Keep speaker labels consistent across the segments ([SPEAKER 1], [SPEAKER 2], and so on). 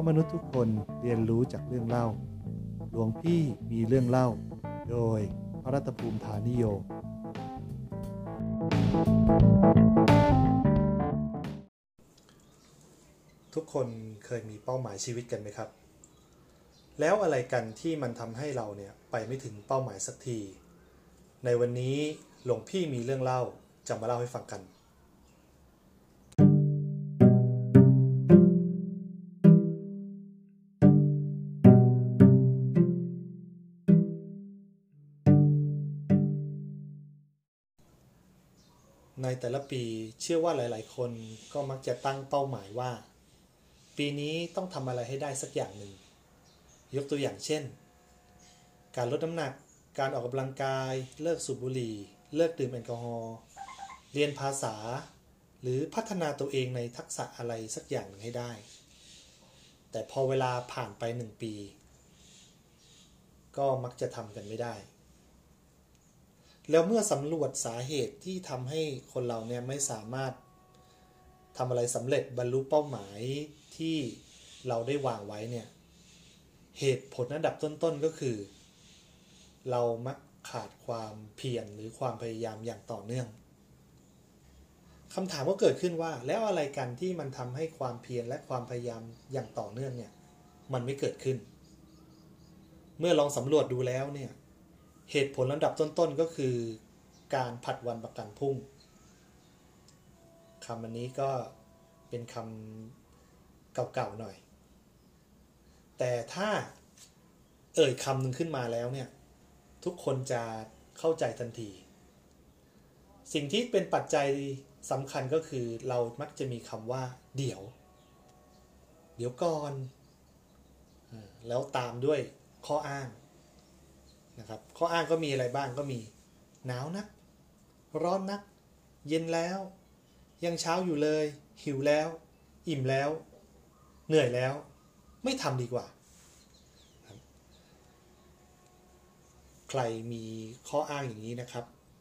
[SPEAKER 1] มนุษย์ทุกคนเรียนรู้จากเรื่องเล่าหลวงพี่มีเรื่องเล่าโดยพระรัตภูมิฐานิโยทุกคนเคยมีเป้าหมายชีวิตกันไหมครับแล้วอะไรกันที่มันทำให้เราเนี่ยไปไม่ถึงเป้าหมายสักทีในวันนี้หลวงพี่มีเรื่องเล่าจะมาเล่าให้ฟังกันในแต่ละปีเชื่อว่าหลายๆคนก็มักจะตั้งเป้าหมายว่าปีนี้ต้องทำอะไรให้ได้สักอย่างหนึ่งยกตัวอย่างเช่นการลดน้ำหนักการออกกำลังกายเลิกสูบบุหรี่เลิกดื่มแอลกอฮอล์เรียนภาษาหรือพัฒนาตัวเองในทักษะอะไรสักอย่างหนึ่งให้ได้แต่พอเวลาผ่านไป1 ปีก็มักจะทำกันไม่ได้แล้วเมื่อสำรวจสาเหตุที่ทำให้คนเราเนี่ยไม่สามารถทำอะไรสำเร็จบรรลุเป้าหมายที่เราได้วางไว้เนี่ยเหตุผลอันดับต้นๆก็คือเรามักขาดความเพียรหรือความพยายามอย่างต่อเนื่องคำถามก็เกิดขึ้นว่าแล้วอะไรกันที่มันทำให้ความเพียรและความพยายามอย่างต่อเนื่องเนี่ยมันไม่เกิดขึ้นเมื่อลองสำรวจดูแล้วเนี่ยเหตุผลลำดับต้นๆก็คือการผัดวันประกันพรุ่งคำอันนี้ก็เป็นคำเก่าๆหน่อยแต่ถ้าคำหนึ่งขึ้นมาแล้วเนี่ยทุกคนจะเข้าใจทันทีสิ่งที่เป็นปัจจัยสำคัญก็คือเรามักจะมีคำว่าเดี๋ยวก่อนแล้วตามด้วยข้ออ้างนะครับข้ออ้างก็มีอะไรบ้างก็มีหนาวนักร้อนนักเย็นแล้วยังเช้าอยู่เลยหิวแล้วอิ่มแล้วเหนื่อยแล้วไม่ทำดีกว่าใครมีข้ออ้างอย่างนี้นะครับ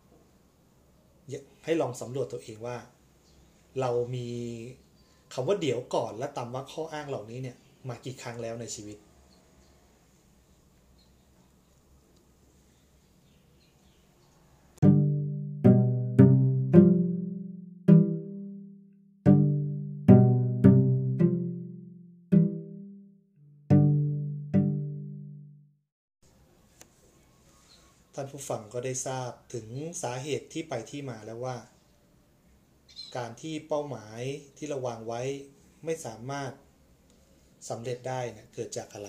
[SPEAKER 1] ให้ลองสำรวจตัวเองว่าเรามีคำว่าเดี๋ยวก่อนและตามว่าข้ออ้างเหล่านี้เนี่ยมากี่ครั้งแล้วในชีวิตท่านผู้ฟังก็ได้ทราบถึงสาเหตุที่ไปที่มาแล้วว่าการที่เป้าหมายที่เราวางไว้ไม่สามารถสำเร็จได้นะเกิดจากอะไร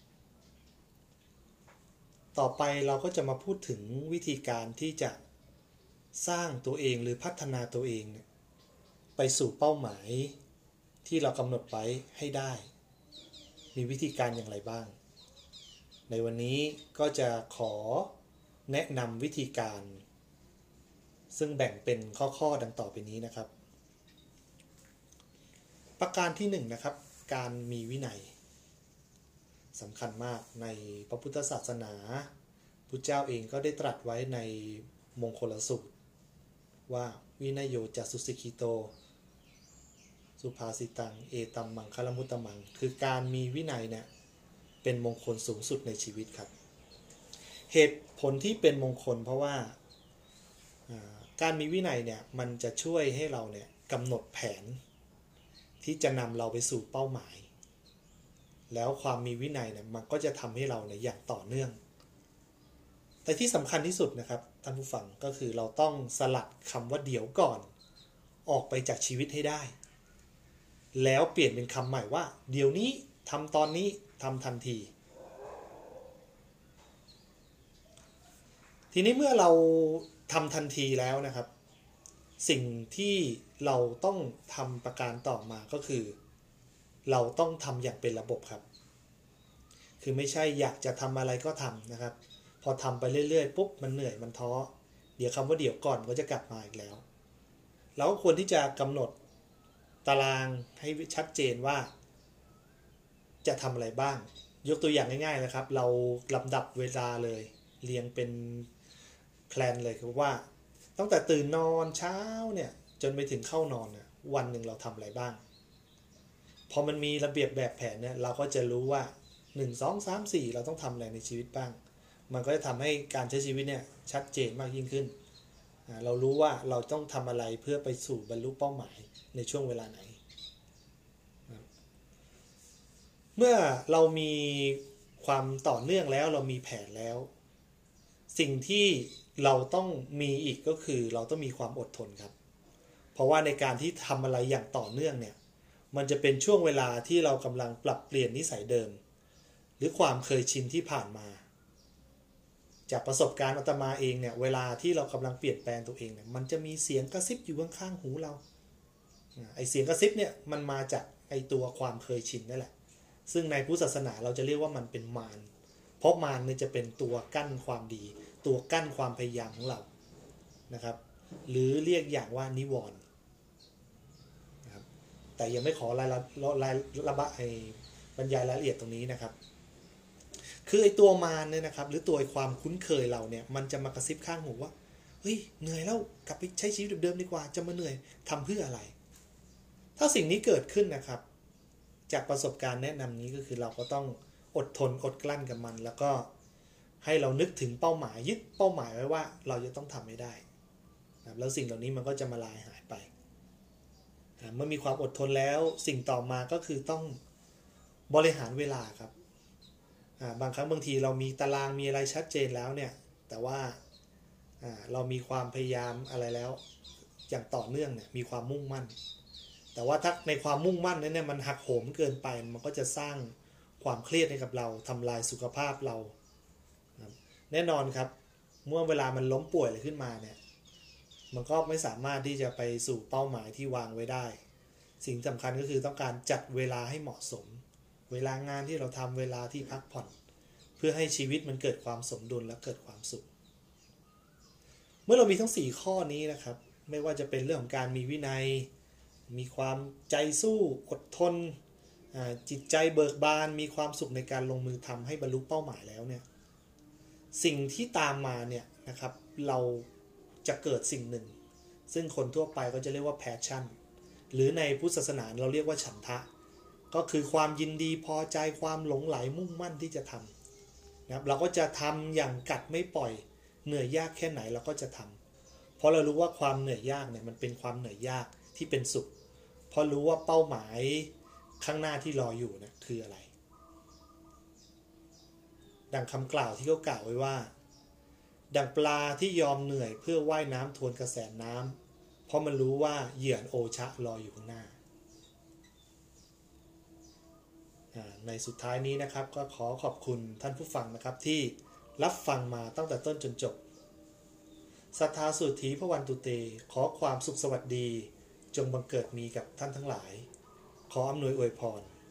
[SPEAKER 1] ต่อไปเราก็จะมาพูดถึงวิธีการที่จะสร้างตัวเองหรือพัฒนาตัวเองไปสู่เป้าหมายที่เรากำหนดไว้ให้ได้มีวิธีการอย่างไรบ้างในวันนี้ก็จะขอแนะนำวิธีการซึ่งแบ่งเป็นข้อดังต่อไปนี้นะครับประการที่1นะครับการมีวินัยสำคัญมากในพระพุทธศาสนาพุทธเจ้าเองก็ได้ตรัสไว้ในมงคลสูตรว่าวินัยโยจัสสุสิกิโตสุภาษิตังเอตัมมังคลมุตตมังคือการมีวินัยเนี่ยเป็นมงคลสูงสุดในชีวิตครับเหตุผลที่เป็นมงคลเพราะว่าการมีวินัยเนี่ยมันจะช่วยให้เราเนี่ยกำหนดแผนที่จะนำเราไปสู่เป้าหมายแล้วความมีวินัยเนี่ยมันก็จะทำให้เราเนี่ยอย่างต่อเนื่องแต่ที่สำคัญที่สุดนะครับท่านผู้ฟังก็คือเราต้องสลัดคำว่าเดี๋ยวก่อนออกไปจากชีวิตให้ได้แล้วเปลี่ยนเป็นคำใหม่ว่าเดี๋ยวนี้ทำตอนนี้ทำทันทีทีนี้เมื่อเราทำทันทีแล้วนะครับสิ่งที่เราต้องทำประการต่อมาก็คือเราต้องทำอย่างเป็นระบบครับคือไม่ใช่อยากจะทำอะไรก็ทำนะครับพอทำไปเรื่อยๆปุ๊บมันเหนื่อยมันท้อเดี๋ยวคำว่าเดี๋ยวก่อนก็จะกลับมาอีกแล้วเราก็ควรที่จะกำหนดตารางให้ชัดเจนว่าจะทำอะไรบ้างยกตัวอย่างง่ายๆนะครับเราลำดับเวลาเลยเรียงเป็นแพลนเลยคือว่าตั้งแต่ตื่นนอนเช้าเนี่ยจนไปถึงเข้านอนเนี่ยวันหนึ่งเราทำอะไรบ้างพพอมันมีระเบียบแบบแผนเนี่ยเราก็จะรู้ว่า1 2 3 4เราต้องทำอะไรในชีวิตบ้างมันก็จะทำให้การใช้ชีวิตเนี่ยชัดเจนมากยิ่งขึ้นเรารู้ว่าเราต้องทำอะไรเพื่อไปสู่บรรลุเป้าหมายในช่วงเวลาไหนเมื่อเรามีความต่อเนื่องแล้วเรามีแผนแล้วสิ่งที่เราต้องมีอีกก็คือเราต้องมีความอดทนครับเพราะว่าในการที่ทำอะไรอย่างต่อเนื่องเนี่ยมันจะเป็นช่วงเวลาที่เรากำลังปรับเปลี่ยนนิสัยเดิมหรือความเคยชินที่ผ่านมาจากประสบการณ์อาตมาเองเนี่ยเวลาที่เรากำลังเปลี่ยนแปลงตัวเองเนี่ยมันจะมีเสียงกระซิบอยู่ข้างๆหูเราไอเสียงกระซิบเนี่ยมันมาจากไอตัวความเคยชินนั่นแหละซึ่งในพุทธศาสนาเราจะเรียกว่ามันเป็นมารเพราะมารเนี่ยจะเป็นตัวกั้นความดีตัวกั้นความพยายามของเรานะครับหรือเรียกอย่างว่านิวรณ์นะครับแต่ยังไม่ขอรายละบรรยายรายละเอียดตรงนี้นะครับคือไอตัวมารเนี่ยนะครับหรือตัวความคุ้นเคยเราเนี่ยมันจะมากระซิบข้างหูว่าเฮ้ยเหนื่อยแล้วกลับไปใช้ชีวิตเดิมๆดีกว่าจะมาเหนื่อยทำเพื่ออะไรถ้าสิ่งนี้เกิดขึ้นนะครับจากประสบการณ์แนะนำนี้ก็คือเราก็ต้องอดทนอดกลั้นกับมันแล้วก็ให้เรานึกถึงเป้าหมายยึดเป้าหมายไว้ว่าเราจะต้องทำให้ได้แล้วสิ่งเหล่านี้มันก็จะมาลายหายไปเมื่อมีความอดทนแล้วสิ่งต่อมาก็คือต้องบริหารเวลาครับบางครั้งบางทีเรามีตารางมีอะไรชัดเจนแล้วเนี่ยแต่ว่าเรามีความพยายามอะไรแล้วอย่างต่อเนื่องเนี่ยมีความมุ่งมั่นแต่ว่าถ้าในความมุ่งมั่นนั้นเนี่ยมันหักโหมเกินไปมันก็จะสร้างความเครียดให้กับเราทำลายสุขภาพเราแน่นอนครับเมื่อเวลามันล้มป่วยอะไรขึ้นมาเนี่ยมันก็ไม่สามารถที่จะไปสู่เป้าหมายที่วางไว้ได้สิ่งสำคัญก็คือต้องการจัดเวลาให้เหมาะสมเวลางานที่เราทำเวลาที่พักผ่อนเพื่อให้ชีวิตมันเกิดความสมดุลและเกิดความสุขเมื่อเรามีทั้ง4ข้อนี้นะครับไม่ว่าจะเป็นเรื่องของการมีวินัยมีความใจสู้อดทนจิตใจเบิกบานมีความสุขในการลงมือทำให้บรรลุเป้าหมายแล้วเนี่ยสิ่งที่ตามมาเนี่ยนะครับเราจะเกิดสิ่งหนึ่งซึ่งคนทั่วไปก็จะเรียกว่า passion หรือในพุทธศาสนาเราเรียกว่าฉันทะก็คือความยินดีพอใจความหลงไหลมุ่งมั่นที่จะทำนะครับเราก็จะทำอย่างกัดไม่ปล่อยเหนื่อยยากแค่ไหนเราก็จะทำเพราะเรารู้ว่าความเหนื่อยยากเนี่ยมันเป็นความเหนื่อยยากที่เป็นสุขเพราะรู้ว่าเป้าหมายข้างหน้าที่รออยู่นะคืออะไรดังคำกล่าวที่เขากล่าวไว้ว่าดังปลาที่ยอมเหนื่อยเพื่อว่ายน้ำทวนกระแสน้ำเพราะมันรู้ว่าเหยื่อโอชะรออยู่ข้างหน้าในสุดท้ายนี้นะครับก็ขอขอบคุณท่านผู้ฟังนะครับที่รับฟังมาตั้งแต่ต้นจนจบสัทธาสุทธีพระวันตุเตขอความสุขสวัสดีจงบังเกิดมีกับท่านทั้งหลายขออำนวยอวยพร